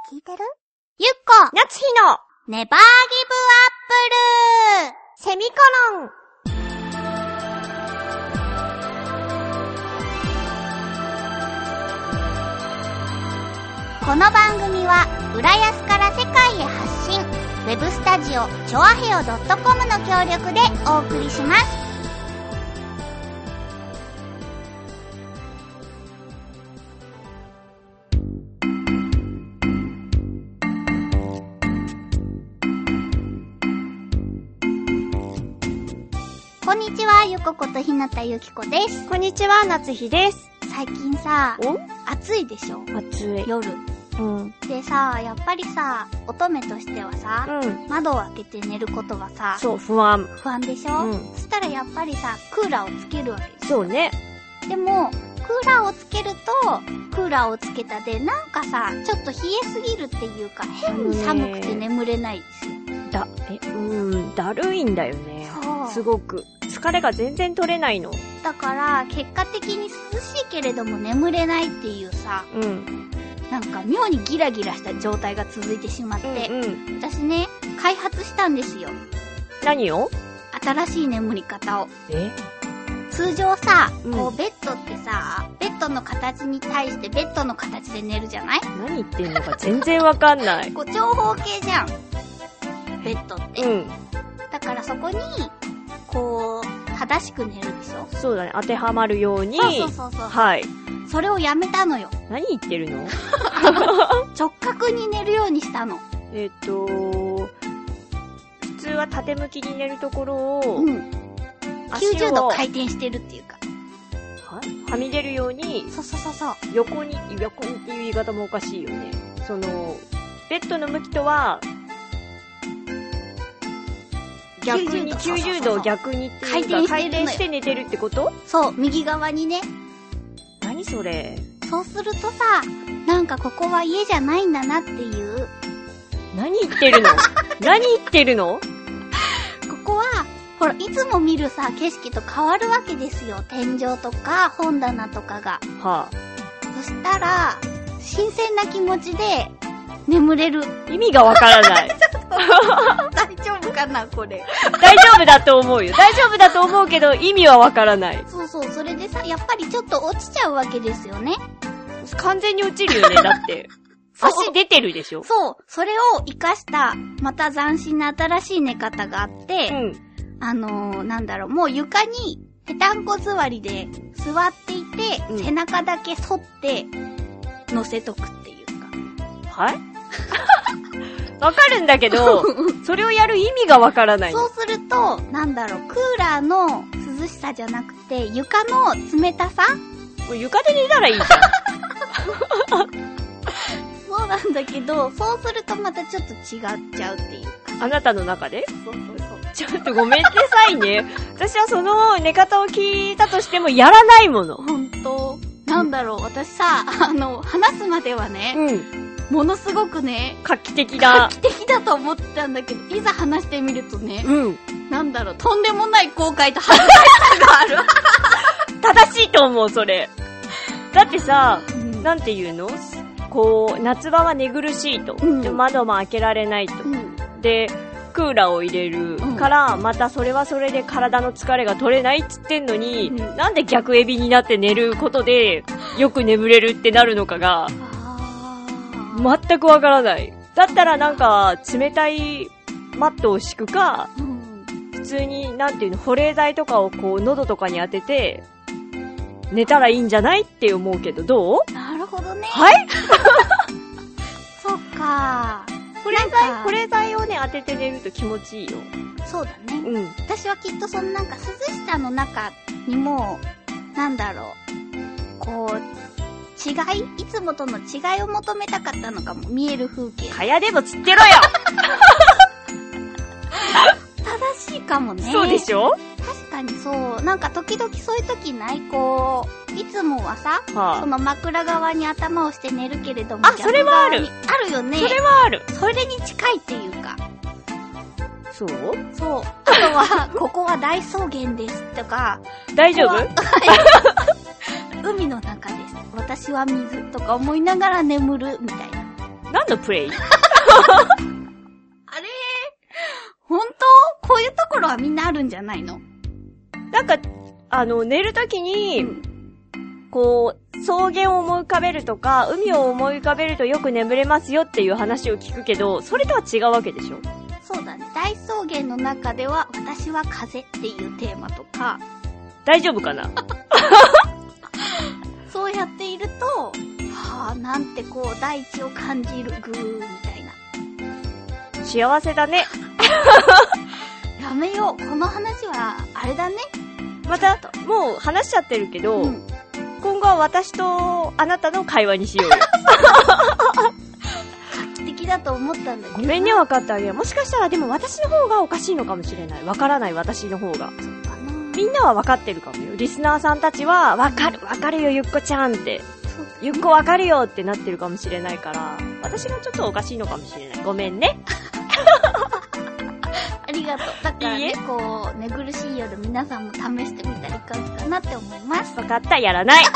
聞いてる？ゆっこ夏日のネバーギブアップルセミコロン。 この番組は浦安から世界へ発信、ウェブスタジオチョアヘオ .com の協力でお送りします。こんにちは、ゆこことひなたゆきこです。 こんにちは、夏日です。 最近さ、暑いでしょ？ 暑い。 夜。でさ、やっぱりさ、乙女としてはさ、窓を開けて寝ることはさ、 そう、不安でしょ？そしたらやっぱりさ、クーラーをつけるわけですよ。 そうね。 でも、クーラーをつけると、クーラーをつけたで、なんかさ、ちょっと冷えすぎるっていうか、変に寒くて眠れないですよ。 だるいんだよね。 そう。 すごく。疲れが全然取れないの。 だから、結果的に涼しいけれども眠れないっていうさ、なんか妙にギラギラした状態が続いてしまって、私ね、開発したんですよ。 何を？ 新しい眠り方を。通常さ、こうベッドってさ、ベッドの形に対してベッドの形で寝るじゃない？ 何言ってんのか全然わかんない。 こう長方形じゃん。ベッドって。だからそこに、こう、正しく寝るでしょ？そうだね。当てはまるように。 そう。 はい。 それをやめたのよ。 何言ってるの？ 直角に寝るようにしたの。 普通は縦向きに寝るところを、 90度回転してるっていうか。 はみ出るように、 そう。 横にっていう言い方もおかしいよね。ベッドの向きとは、逆に90度を逆にっていうか回転して寝てるってこと？ そう、右側にね。 何それ？ そうするとさ、なんかここは家じゃないんだなっていう。 何言ってるの？何言ってるの？ ここは、ほら、いつも見るさ、景色と変わるわけですよ。天井とか本棚とかが。そしたら、新鮮な気持ちで眠れる。 意味がわからない。 大丈夫かなこれ。 大丈夫だと思うよ。大丈夫だと思うけど、意味はわからない。 そう。それでさ、やっぱりちょっと落ちちゃうわけですよね。 完全に落ちるよね、だって。足出てるでしょ？ そう。それを活かした、また斬新な新しい寝方があって、もう床に、ぺたんこ座りで座っていて、背中だけ反って、乗せとくっていうか。はい？ わかるんだけど、それをやる意味がわからない。 そうすると、クーラーの涼しさじゃなくて、床の冷たさ？ もう床で寝たらいいじゃん。 そうなんだけど、そうするとまたちょっと違っちゃうっていうか。 あなたの中で？ そう。 ちょっとごめんなさいね。私はその寝方を聞いたとしてもやらないもの。 ほんと。私さ、話すまではね、ものすごくね、 画期的だと思ってたんだけど、いざ話してみるとね、とんでもない後悔と恥ずかしさがある。 正しいと思う、それ。だってさ、なんて言うの？こう、夏場は寝苦しいと。で窓も開けられないと。で、クーラーを入れるから、またそれはそれで体の疲れが取れないっつってんのに、なんで逆エビになって寝ることで、よく眠れるってなるのかが、全くわからない。だったらなんか、冷たいマットを敷くか、普通に、保冷剤とかをこう、喉とかに当てて、寝たらいいんじゃないって思うけど、どう？ なるほどね。 はい？ そっか。 保冷剤をね、当てて寝ると気持ちいいよ。 そうだね。私はきっとその涼しさの中にも、いつもとの違いを求めたかったのかも。見える風景。 蚊帳でもつってろよ。 正しいかもね。 そうでしょ？ 確かにそう。時々そういう時ない？いつもはさ、その枕側に頭をして寝るけれども。 それはある。 あるよね。 それはある。 それに近いっていうか。 そう？ そう。あとは、ここは大草原ですとか。 大丈夫？ 海の中です。私は水とか思いながら眠るみたいな。 何のプレイ？ あれ本当？こういうところはみんなあるんじゃないの？ なんか、寝るときに、こう、草原を思い浮かべるとか、海を思い浮かべるとよく眠れますよっていう話を聞くけど、それとは違うわけでしょ？ そうだね。大草原の中では、私は風っていうテーマとか。 大丈夫かな？ そうやっていると、はぁ、なんてこう、大地を感じる、ぐー、みたいな。 幸せだね。 やめよう。この話は、あれだね。 また、もう話しちゃってるけど、今後は私とあなたの会話にしようよ。 画期的だと思ったんだけど。 ごめんね、分かってあげよう。もしかしたらでも私の方がおかしいのかもしれない。分からない私の方が。みんなは分かってるかもよ。リスナーさんたちは、分かるよ、ゆっこちゃんって。ゆっこ分かるよってなってるかもしれないから、私がちょっとおかしいのかもしれない。ごめんね。 ありがとう。だからね、こう、寝苦しい夜皆さんも試してみたらいかがかなって思います。 分かった、やらない。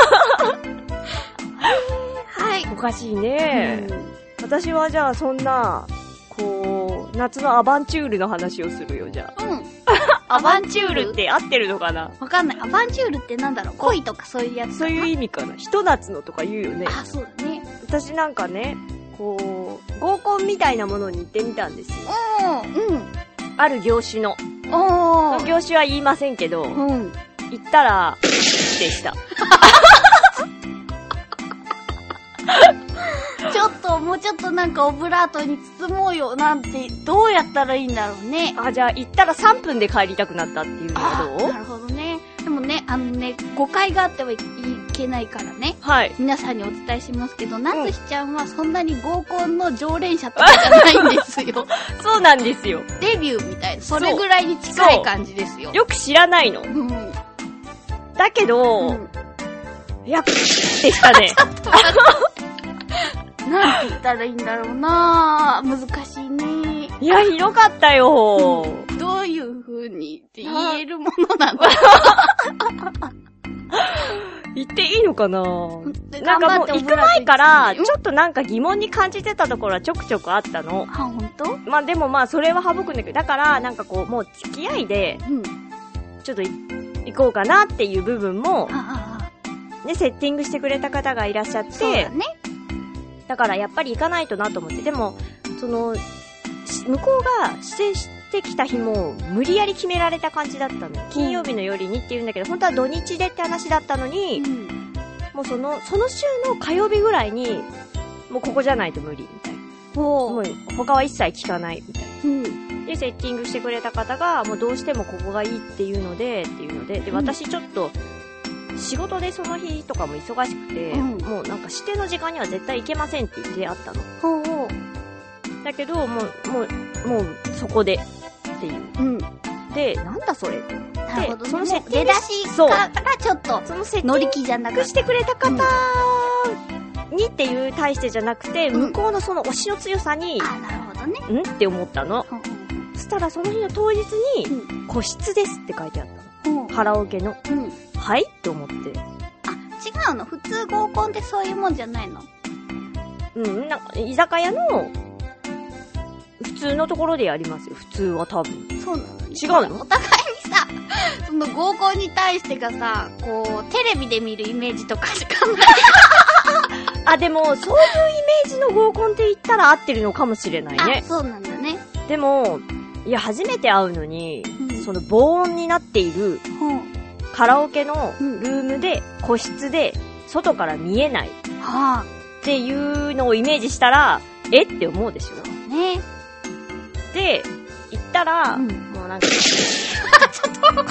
はい。 おかしいね。私はじゃあそんな、こう、夏のアバンチュールの話をするよ、じゃあ。アバンチュールって合ってるのかな？ わかんない。アバンチュールってなんだろう？恋とかそういうやつかな？ そういう意味かな。ひと夏のとか言うよね。 あ、そうだね。 私なんかね、こう、合コンみたいなものに行ってみたんですよ。ある業種の。その業種は言いませんけど、行ったら、でした。 もうちょっとなんかオブラートに包もうよなんて、どうやったらいいんだろうね。 あ、じゃあ行ったら3分で帰りたくなったっていうのはどう？ なるほどね。でもね、誤解があってはいけないからね。 はい。 皆さんにお伝えしますけど、なつひちゃんはそんなに合コンの常連者とかじゃないんですよ。 そうなんですよ。 デビューみたいな、それぐらいに近い感じですよ。 よく知らないの。だけど、いや、でしたね。 なんて言ったらいいんだろうなぁ。難しいね。 いや、ひどかったよ。 どういう風にって言えるものなの？ 言っていいのかな？なんかもう行く前から、ちょっとなんか疑問に感じてたところはちょくちょくあったの。 あ、ほんと？ まあでもまあそれは省くんだけど、だからなんかこう、もう付き合いで、ちょっと行こうかなっていう部分も、ね、セッティングしてくれた方がいらっしゃって、 そうだね。 だからやっぱり行かないとなと思って、でも、その、向こうが出演してきた日も無理やり決められた感じだったの。金曜日の夜にって言うんだけど、本当は土日でって話だったのに、もうその週の火曜日ぐらいに、もうここじゃないと無理みたいな。もう他は一切聞かないみたいな。で、セッティングしてくれた方が、もうどうしてもここがいいっていうので、で、私ちょっと、仕事でその日とかも忙しくて、もうなんか指定の時間には絶対行けませんって言ってあったの。だけど、もうそこでっていう。で、なんだそれって。 なるほど、その出だしからちょっと、乗り気じゃなくしてくれた方にっていう対してじゃなくて、向こうのその推しの強さに、 あ、なるほどね。 って思ったの。そしたらその日の当日に、個室ですって書いてあったの。カラオケの。はいって思って。 あ、違うの？普通合コンってそういうもんじゃないの？ なんか、居酒屋の、普通のところでやりますよ。普通は多分。 そうなの？ 違うの？ お互いにさ、その合コンに対してがさ、こう、テレビで見るイメージとかしかない。 あ、でも、そういうイメージの合コンって言ったら合ってるのかもしれないね。 あ、そうなんだね。 でも、いや、初めて会うのに、その防音になっている、カラオケのルームで、個室で、外から見えない。っていうのをイメージしたら、えって思うでしょ？ ね。 で、行ったら、もうなんか、 ちょっと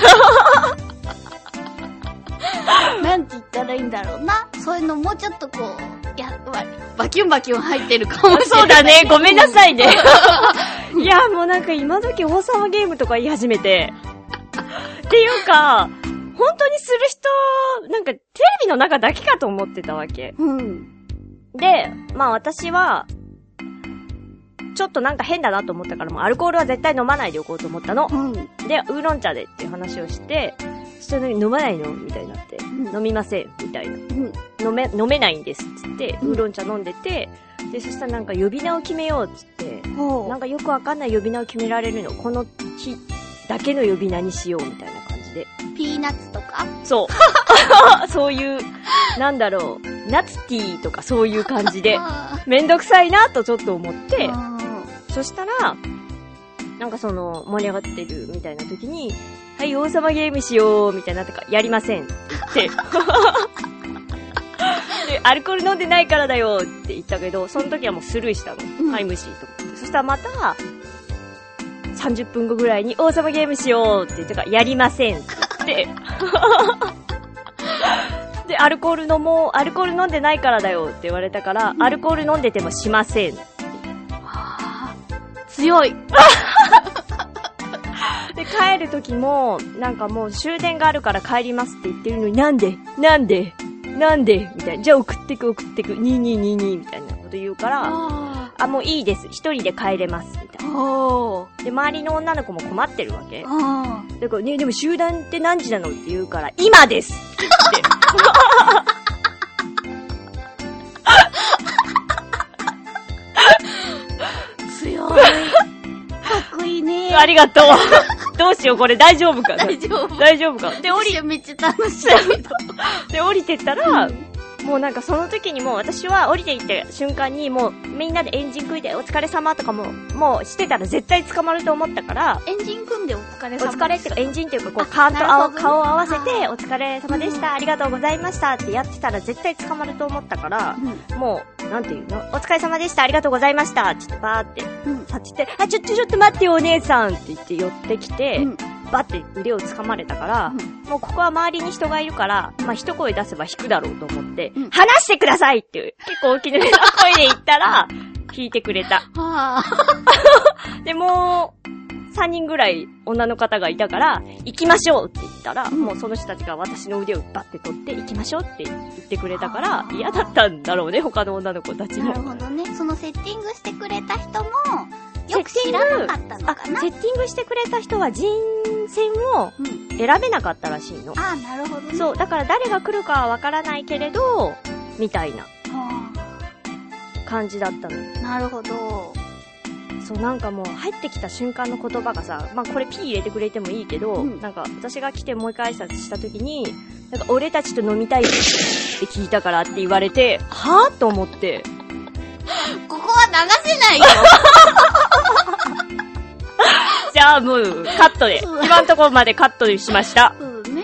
なんて言ったらいいんだろうな。そういうのもうちょっとこう、バキュンバキュン入ってるかもしれない。 そうだね、ごめんなさいね。いや、もうなんか今時王様ゲームとか言い始めて。っていうか、本当にする人、なんかテレビの中だけかと思ってたわけ。で、まあ私は、ちょっとなんか変だなと思ったからもうアルコールは絶対飲まないでおこうと思ったの。で、ウーロン茶でっていう話をして、そしたら飲まないのみたいになって、飲みませんみたいな。飲めないんですっつって、ウーロン茶飲んでて、 で、そしたらなんか呼び名を決めようっつって、なんかよくわかんない呼び名を決められるの。この日だけの呼び名にしようみたいな感じで。 ピーナッツとか？ そう。そういう、なんだろう、ナツティーとかそういう感じで、めんどくさいなとちょっと思って、そしたら、なんかその、盛り上がってるみたいな時に、はい、王様ゲームしようみたいなとか、やりませんって言って、で、アルコール飲んでないからだよって言ったけど、その時はもうスルーしたの。はい、無視と思って。そしたらまた、30分後ぐらいに王様ゲームしようって言ったから、やりませんって言って、で、アルコール飲んでないからだよって言われたから、アルコール飲んでてもしません。 強い。 で、帰る時も、なんかもう終電があるから帰りますって言ってるのに、なんでみたいな。じゃあ送ってく、2222みたいなこと言うから、もういいです。一人で帰れます。みたいな。で、周りの女の子も困ってるわけ。だからね、でも集団って何時なのって言うから、今ですって言って。 強い。かっこいいね。 ありがとう。どうしよう、これ大丈夫かな？ 大丈夫か。で、 めっちゃ楽しいけど。 で、降りてったら、もうなんかその時にもう私は降りていった瞬間にもうみんなでエンジン組んでお疲れ様とかもうしてたら絶対捕まると思ったから、 エンジン組んでお疲れ様。 お疲れっていうかエンジンっていうかこう顔を合わせてお疲れ様でした、ありがとうございましたってやってたら絶対捕まると思ったから、もうなんていうの、お疲れ様でしたありがとうございましたって言ってバーって立って、ちょっと待ってよお姉さんって言って寄ってきて、バッて腕を掴まれたから、もうここは周りに人がいるから、まあ一声出せば引くだろうと思って、話してくださいっていう結構大きな声で言ったら、引いてくれた。で、もう、3人ぐらい女の方がいたから、行きましょうって言ったら、もうその人たちが私の腕をバッて取って、行きましょうって言ってくれたから、嫌だったんだろうね、他の女の子たちも。 なるほどね。そのセッティングしてくれた人も、よく知らなかったのかな？ セッティングしてくれた人は人選を選べなかったらしいの。 なるほどね。 そう、だから誰が来るかはわからないけれど、みたいな感じだったの。 なるほど。 そう、なんかもう入ってきた瞬間の言葉がさ、まあこれ P 入れてくれてもいいけど、なんか私が来てもう一回挨拶した時に、なんか俺たちと飲みたいって聞いたからって言われて、はぁと思って。 ここは流せないよ。 じゃあもうカットで、今のところまでカットにしました。 そうね。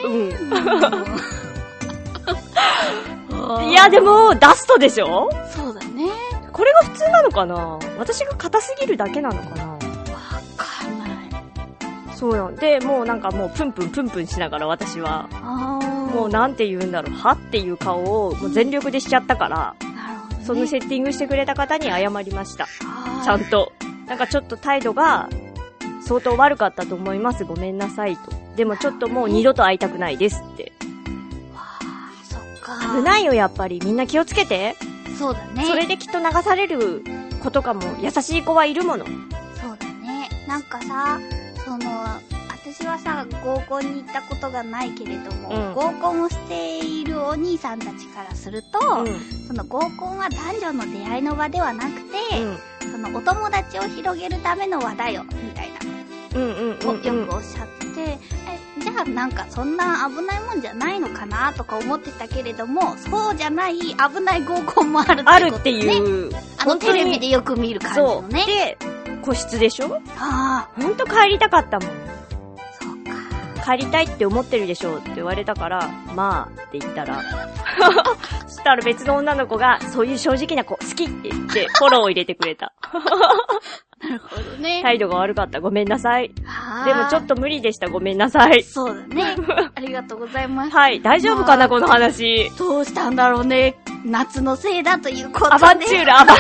いやでもダストでしょ？ そうだね。 これが普通なのかな？私が硬すぎるだけなのかな？ わかんない。 そうなんで、もうなんかもうプンプンしながら私は、もうなんて言うんだろう、はっていう顔をもう全力でしちゃったから、そのセッティングしてくれた方に謝りました。ちゃんと。なんかちょっと態度が相当悪かったと思います。ごめんなさいと。でもちょっともう二度と会いたくないですって。 そっか。 危ないよやっぱり。みんな気をつけて。 そうだね。 それできっと流される子とかも優しい子はいるもの。 そうだね。なんかさ、私はさ、合コンに行ったことがないけれども、合コンをしているお兄さんたちからすると、その合コンは男女の出会いの場ではなくて、そのお友達を広げるための場だよ、みたいな。よくおっしゃってて、じゃあなんかそんな危ないもんじゃないのかなとか思ってたけれども、そうじゃない危ない合コンもあるってことね。 あるっていう。 テレビでよく見る感じのね。 で、個室でしょ？ ほんと帰りたかったもん。 そうか。 帰りたいって思ってるでしょって言われたから、まあって言ったら、そしたら別の女の子が、そういう正直な子好きって言って、フォローを入れてくれた。 なるほどね。 態度が悪かった。ごめんなさい。でもちょっと無理でした。ごめんなさい。 そうだね。ありがとうございます。 はい。大丈夫かな、この話。 どうしたんだろうね。夏のせいだということで。 アバンチュール。 さ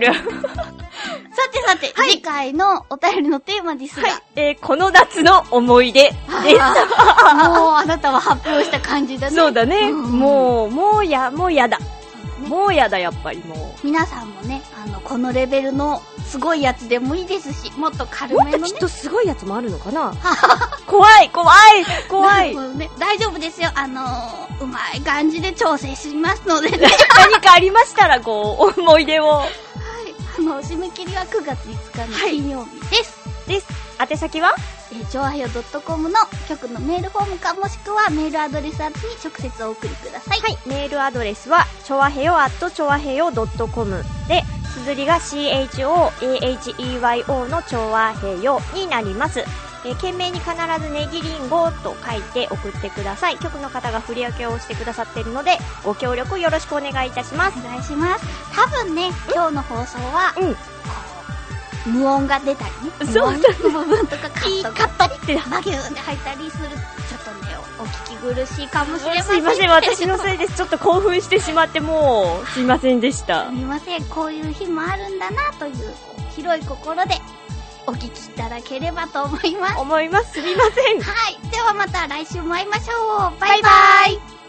て、次回のお便りのテーマですが。 この夏の思い出です。 もうあなたは発表した感じだね。 そうだね。もうやだ。もうやだ、やっぱりもう。 皆さんもね、このレベルのすごいやつでもいいですし、もっと軽めのね。 もっときっとすごいやつもあるのかな。怖い。 ね、大丈夫ですよ。うまい感じで調整しますのでね。 何かありましたら、思い出を。 締め切りは9月5日の金曜日です。 です。宛先はちょわへよ .com の局のメールフォームかもしくはメールアドレス宛てに直接お送りください。 はい、メールアドレスはちょわへよ@choaheyo.com で、綴りが CHOAHEYO のちょわへよになります。件名に必ずネギリンゴと書いて送ってください。局の方が振り分けをしてくださっているので、ご協力よろしくお願いいたします。 お願いします。多分ね、今日の放送は、無音が出たりね。 そうだね。 部分とかカットってバギューンで入ったりする。ちょっとね、お聞き苦しいかもしれません。 すいません、私のせいです。ちょっと興奮してしまってもう、すいませんでした。 すみません、こういう日もあるんだなという広い心でお聞きいただければと思います。 すみません。 はい。ではまた来週も会いましょう。バイバイ。